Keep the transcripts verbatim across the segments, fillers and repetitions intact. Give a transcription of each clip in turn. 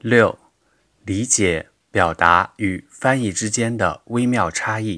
六、理解、表达与翻译之间的微妙差异。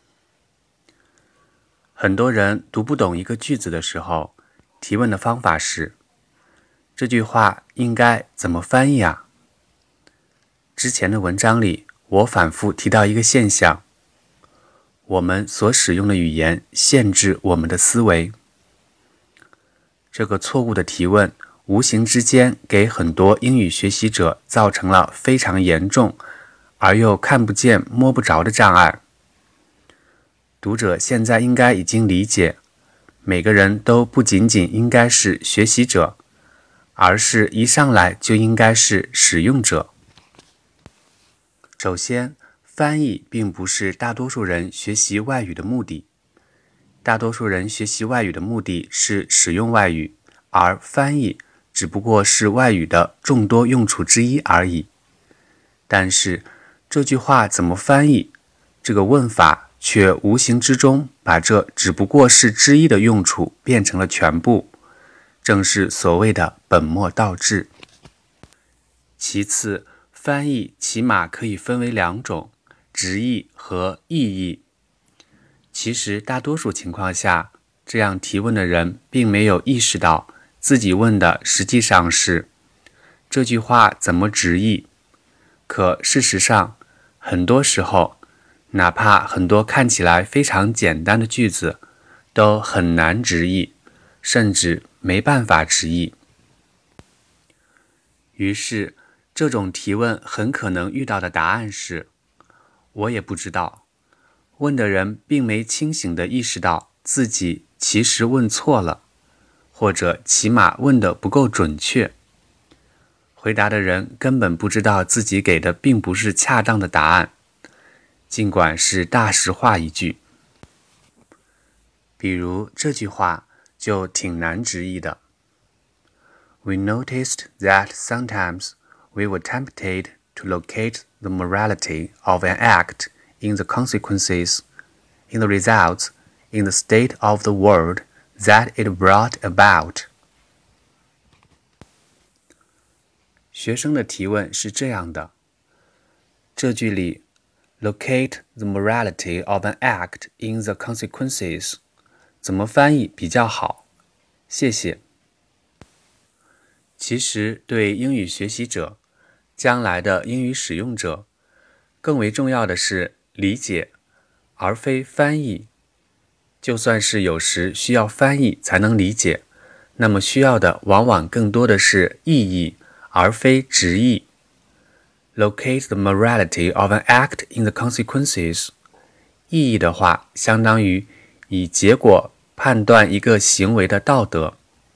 很多人读不懂一个句子的时候，提问的方法是：这句话应该怎么翻译啊？之前的文章里，我反复提到一个现象：我们所使用的语言限制我们的思维。这个错误的提问无形之间给很多英语学习者造成了非常严重而又看不见摸不着的障碍。读者现在应该已经理解，每个人都不仅仅应该是学习者，而是一上来就应该是使用者。首先，翻译并不是大多数人学习外语的目的。大多数人学习外语的目的是使用外语，而翻译只不过是外语的众多用处之一而已。但是，这句话怎么翻译？这个问法却无形之中把这只不过是之一的用处变成了全部，正是所谓的本末倒置。其次，翻译起码可以分为两种，直译和意译。其实大多数情况下，这样提问的人并没有意识到自己问的实际上是这句话怎么直译。可事实上，很多时候，哪怕很多看起来非常简单的句子，都很难直译，甚至没办法直译。于是，这种提问很可能遇到的答案是：我也不知道。问的人并没清醒地意识到自己其实问错了，或者起码问得不够准确。回答的人根本不知道自己给的并不是恰当的答案，尽管是大实话一句。比如这句话就挺难直译的。We noticed that sometimes we were tempted to locate the morality of an act in the consequences, in the results, in the state of the world that it brought about. 学生的提问是这样的，这句里 locate the morality of an act in the consequences 怎么翻译比较好？谢谢。其实对英语学习者，将来的英语使用者，更为重要的是理解，而非翻译。就算是有时需要翻译才能理解，那么需要的往往更多的是意译，而非直译。Locate the morality of an act in the consequences 意义的话，相当于以结果判断一个行为的道德。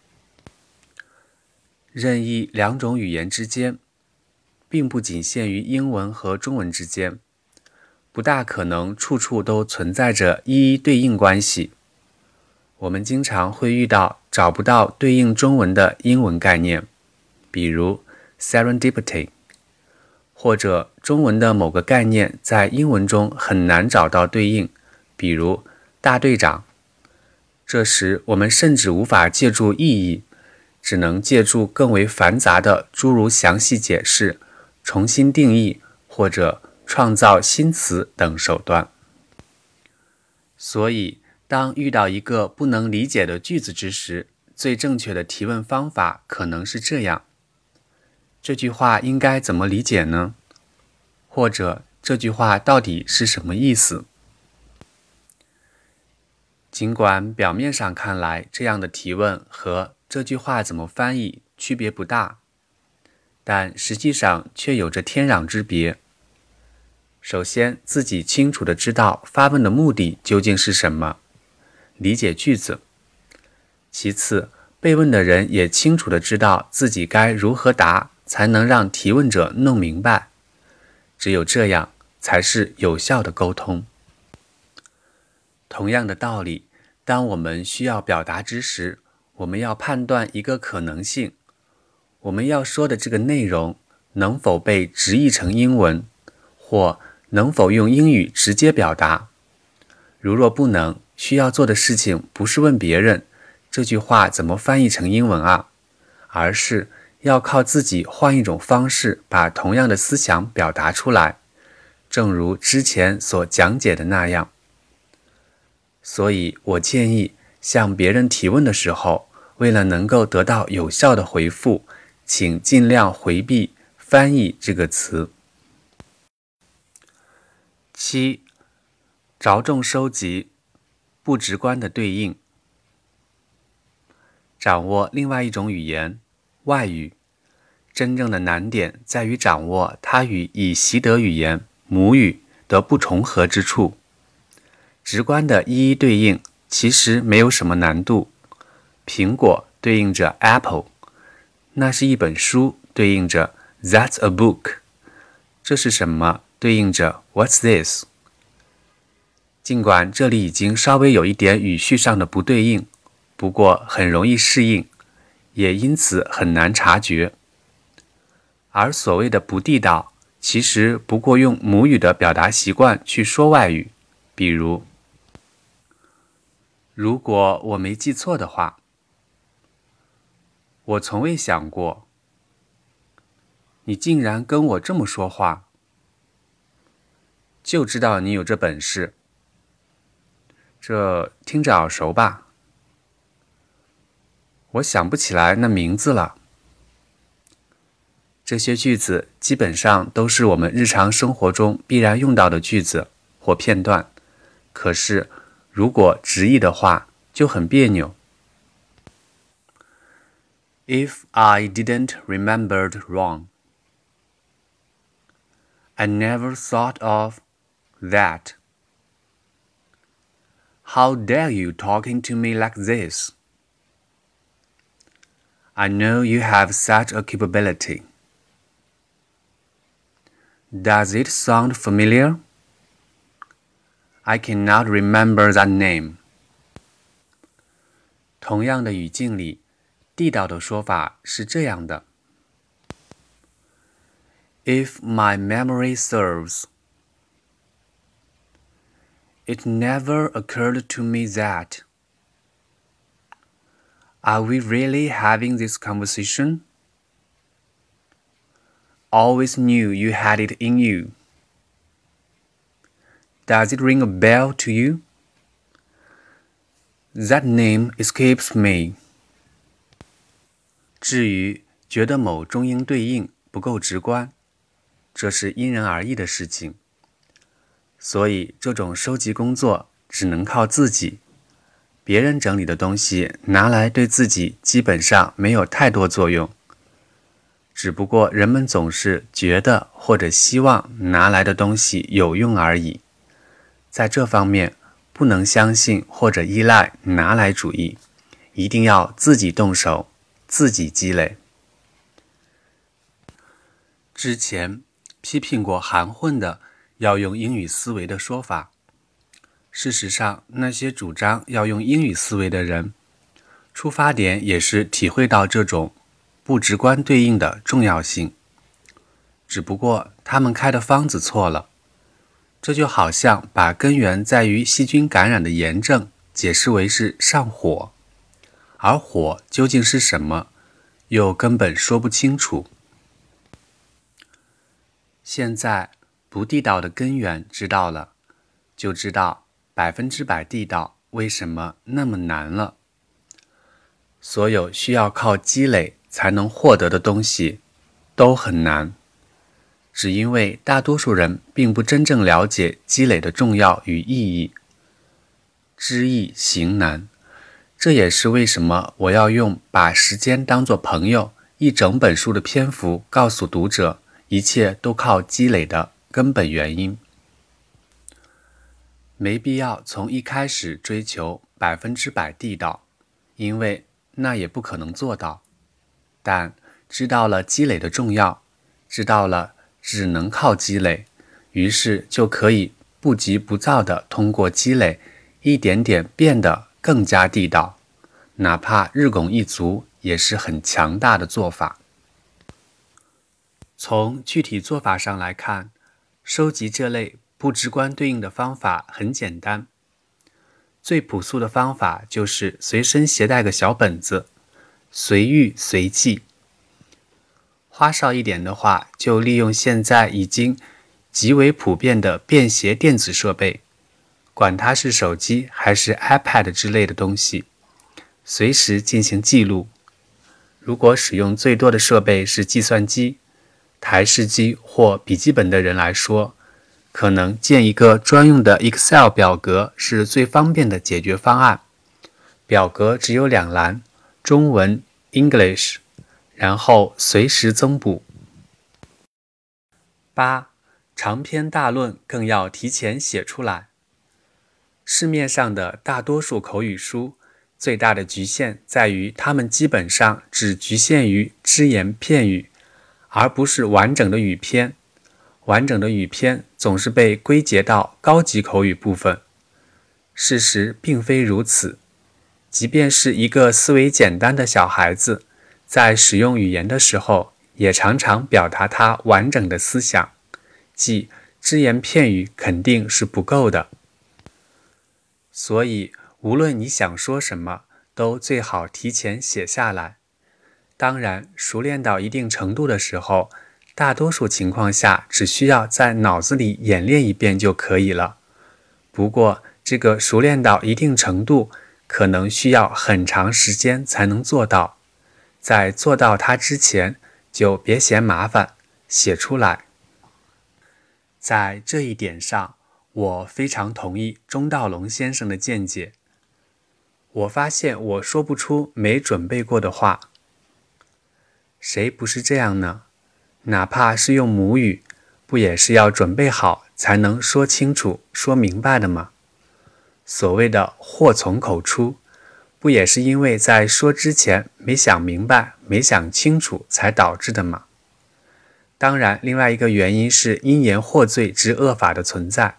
任意两种语言之间，并不仅限于英文和中文之间，不大可能处处都存在着一一对应关系。我们经常会遇到找不到对应中文的英文概念，比如 serendipity， 或者中文的某个概念在英文中很难找到对应，比如大队长。这时我们甚至无法借助意译，只能借助更为繁杂的诸如详细解释、重新定义或者创造新词等手段。所以，当遇到一个不能理解的句子之时，最正确的提问方法可能是这样：这句话应该怎么理解呢？或者这句话到底是什么意思？尽管表面上看来这样的提问和这句话怎么翻译区别不大，但实际上却有着天壤之别。首先，自己清楚地知道发问的目的究竟是什么，理解句子。其次，被问的人也清楚地知道自己该如何答，才能让提问者弄明白。只有这样，才是有效的沟通。同样的道理，当我们需要表达之时，我们要判断一个可能性，我们要说的这个内容能否被直译成英文，或能否用英语直接表达。如若不能，需要做的事情不是问别人这句话怎么翻译成英文啊，而是要靠自己换一种方式把同样的思想表达出来，正如之前所讲解的那样。所以我建议向别人提问的时候，为了能够得到有效的回复，请尽量回避翻译这个词。七、着重收集不直观的对应。掌握另外一种语言，外语，真正的难点在于掌握它与已习得语言，母语的不重合之处。直观的一一对应其实没有什么难度。苹果对应着 Apple， 那是一本书对应着 That's a book， 这是什么对应着 What's this。 尽管这里已经稍微有一点语序上的不对应，不过很容易适应，也因此很难察觉。而所谓的不地道，其实不过用母语的表达习惯去说外语。比如，如果我没记错的话，我从未想过，你竟然跟我这么说话，就知道你有这本事。这听着耳熟吧？我想不起来那名字了。这些句子基本上都是我们日常生活中必然用到的句子或片段，可是如果直译的话就很别扭。If I didn't remembered wrong, I never thought of that. How dare you talking to me like this? I know you have such a capability. Does it sound familiar? I cannot remember that name. 同样的语境里，地道的说法是这样的。If my memory serves, it never occurred to me that. Are we really having this conversation? Always knew you had it in you. Does it ring a bell to you? That name escapes me. 至于觉得某中英对应不够直观，这是因人而异的事情。所以这种收集工作只能靠自己，别人整理的东西拿来对自己基本上没有太多作用。只不过人们总是觉得或者希望拿来的东西有用而已。在这方面，不能相信或者依赖拿来主义，一定要自己动手，自己积累。之前批评过含混的要用英语思维的说法。事实上，那些主张要用英语思维的人，出发点也是体会到这种不直观对应的重要性，只不过他们开的方子错了。这就好像把根源在于细菌感染的炎症解释为是上火，而火究竟是什么，又根本说不清楚。现在不地道的根源知道了，就知道百分之百地道为什么那么难了。所有需要靠积累才能获得的东西都很难，只因为大多数人并不真正了解积累的重要与意义。知易行难，这也是为什么我要用把时间当作朋友一整本书的篇幅告诉读者一切都靠积累的根本原因。没必要从一开始追求百分之百地道，因为那也不可能做到。但知道了积累的重要，知道了只能靠积累，于是就可以不急不躁地通过积累一点点变得更加地道，哪怕日拱一卒也是很强大的做法。从具体做法上来看，收集这类不直观对应的方法很简单。最朴素的方法就是随身携带个小本子，随遇随记。 花哨一点的话，就利用现在已经极为普遍的便携电子设备，管它是手机还是 iPad 之类的东西，随时进行记录。如果使用最多的设备是计算机、台式机或笔记本的人来说，可能建一个专用的 Excel 表格是最方便的解决方案。表格只有两栏，中文 English， 然后随时增补。八、长篇大论更要提前写出来。市面上的大多数口语书，最大的局限在于它们基本上只局限于只言片语，而不是完整的语篇。完整的语篇总是被归结到高级口语部分。事实并非如此。即便是一个思维简单的小孩子，在使用语言的时候，也常常表达他完整的思想，即只言片语肯定是不够的。所以，无论你想说什么，都最好提前写下来。当然，熟练到一定程度的时候，大多数情况下只需要在脑子里演练一遍就可以了。不过，这个熟练到一定程度，可能需要很长时间才能做到。在做到它之前，就别嫌麻烦，写出来。在这一点上，我非常同意钟道龙先生的见解。我发现我说不出没准备过的话。谁不是这样呢？哪怕是用母语，不也是要准备好才能说清楚、说明白的吗？所谓的祸从口出，不也是因为在说之前没想明白、没想清楚才导致的吗？当然，另外一个原因是因言获罪之恶法的存在。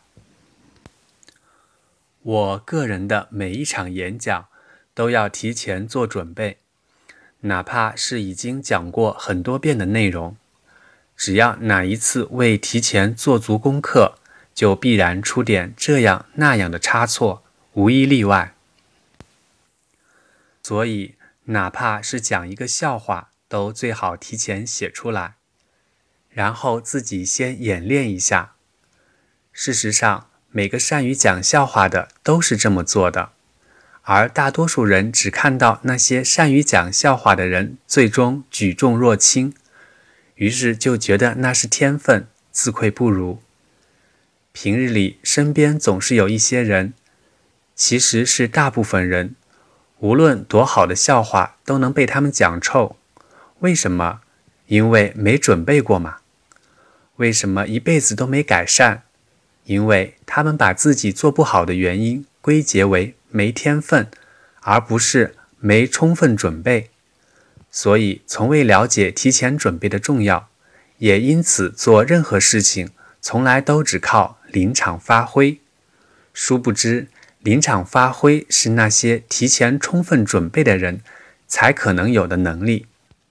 我个人的每一场演讲都要提前做准备，哪怕是已经讲过很多遍的内容，只要哪一次未提前做足功课，就必然出点这样那样的差错，无一例外。所以，哪怕是讲一个笑话，都最好提前写出来，然后自己先演练一下。事实上，每个善于讲笑话的都是这么做的，而大多数人只看到那些善于讲笑话的人最终举重若轻，于是就觉得那是天分，自愧不如。平日里身边总是有一些人，其实是大部分人，无论多好的笑话都能被他们讲臭。为什么？因为没准备过嘛。为什么一辈子都没改善？因为他们把自己做不好的原因归结为没天分，而不是没充分准备。所以从未了解提前准备的重要，也因此做任何事情从来都只靠临场发挥。殊不知，临场发挥是那些提前充分准备的人才可能有的能力。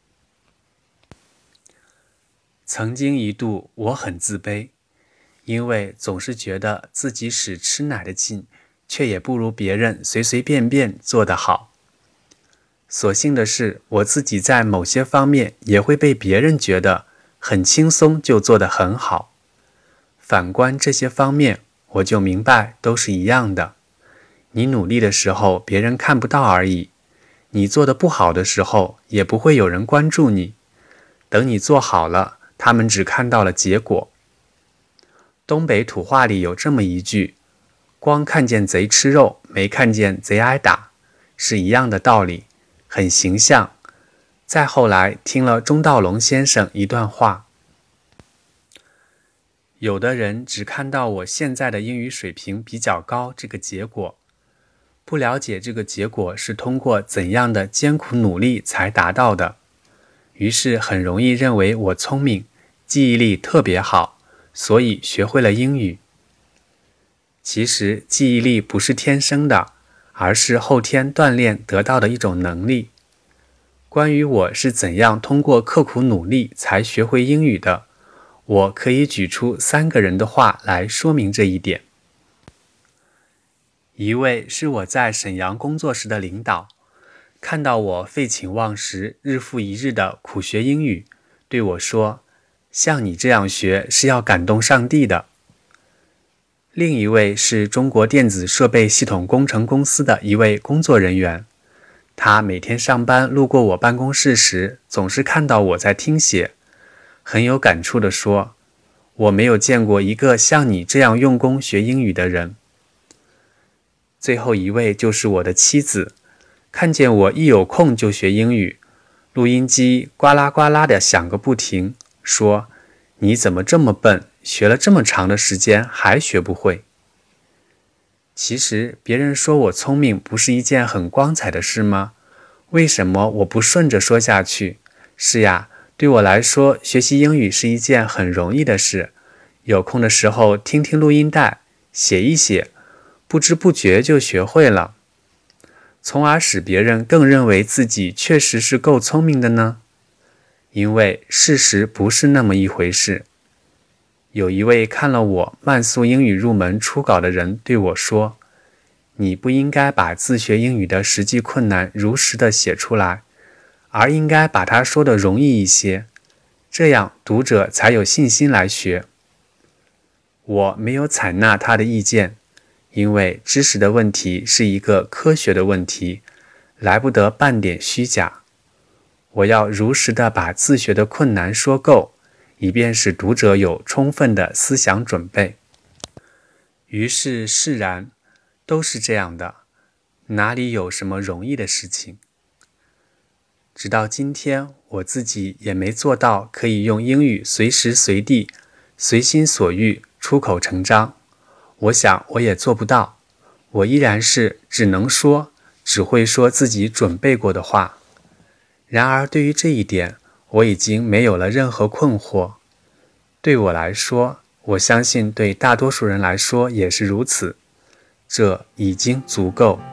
曾经一度我很自卑，因为总是觉得自己使吃奶的劲，却也不如别人随随便便做得好。所幸的是，我自己在某些方面也会被别人觉得很轻松就做得很好。反观这些方面，我就明白都是一样的。你努力的时候，别人看不到而已；你做得不好的时候，也不会有人关注你。等你做好了，他们只看到了结果。东北土话里有这么一句：光看见贼吃肉，没看见贼挨打，是一样的道理，很形象。再后来听了钟道龙先生一段话，有的人只看到我现在的英语水平比较高这个结果，不了解这个结果是通过怎样的艰苦努力才达到的，于是很容易认为我聪明，记忆力特别好，所以学会了英语。其实记忆力不是天生的，而是后天锻炼得到的一种能力。关于我是怎样通过刻苦努力才学会英语的，我可以举出三个人的话来说明这一点。一位是我在沈阳工作时的领导，看到我废寝忘食，日复一日的苦学英语， 对我说，像你这样学是要感动上帝的。另一位是中国电子设备系统工程公司的一位工作人员，他每天上班路过我办公室时，总是看到我在听写，很有感触地说，我没有见过一个像你这样用功学英语的人。最后一位就是我的妻子，看见我一有空就学英语，录音机呱啦呱啦地响个不停，说，你怎么这么笨，学了这么长的时间还学不会。其实别人说我聪明不是一件很光彩的事吗？为什么我不顺着说下去？是呀，对我来说，学习英语是一件很容易的事，有空的时候听听录音带，写一写，不知不觉就学会了，从而使别人更认为自己确实是够聪明的呢？因为事实不是那么一回事。有一位看了我慢速英语入门初稿的人对我说，你不应该把自学英语的实际困难如实的写出来，而应该把它说得容易一些，这样读者才有信心来学。我没有采纳他的意见，因为知识的问题是一个科学的问题，来不得半点虚假。我要如实的把自学的困难说够，以便使读者有充分的思想准备。于是释然，都是这样的，哪里有什么容易的事情？直到今天，我自己也没做到可以用英语随时随地、随心所欲出口成章。我想我也做不到，我依然是只能说，只会说自己准备过的话。然而对于这一点，我已经没有了任何困惑。对我来说，我相信对大多数人来说也是如此，这已经足够。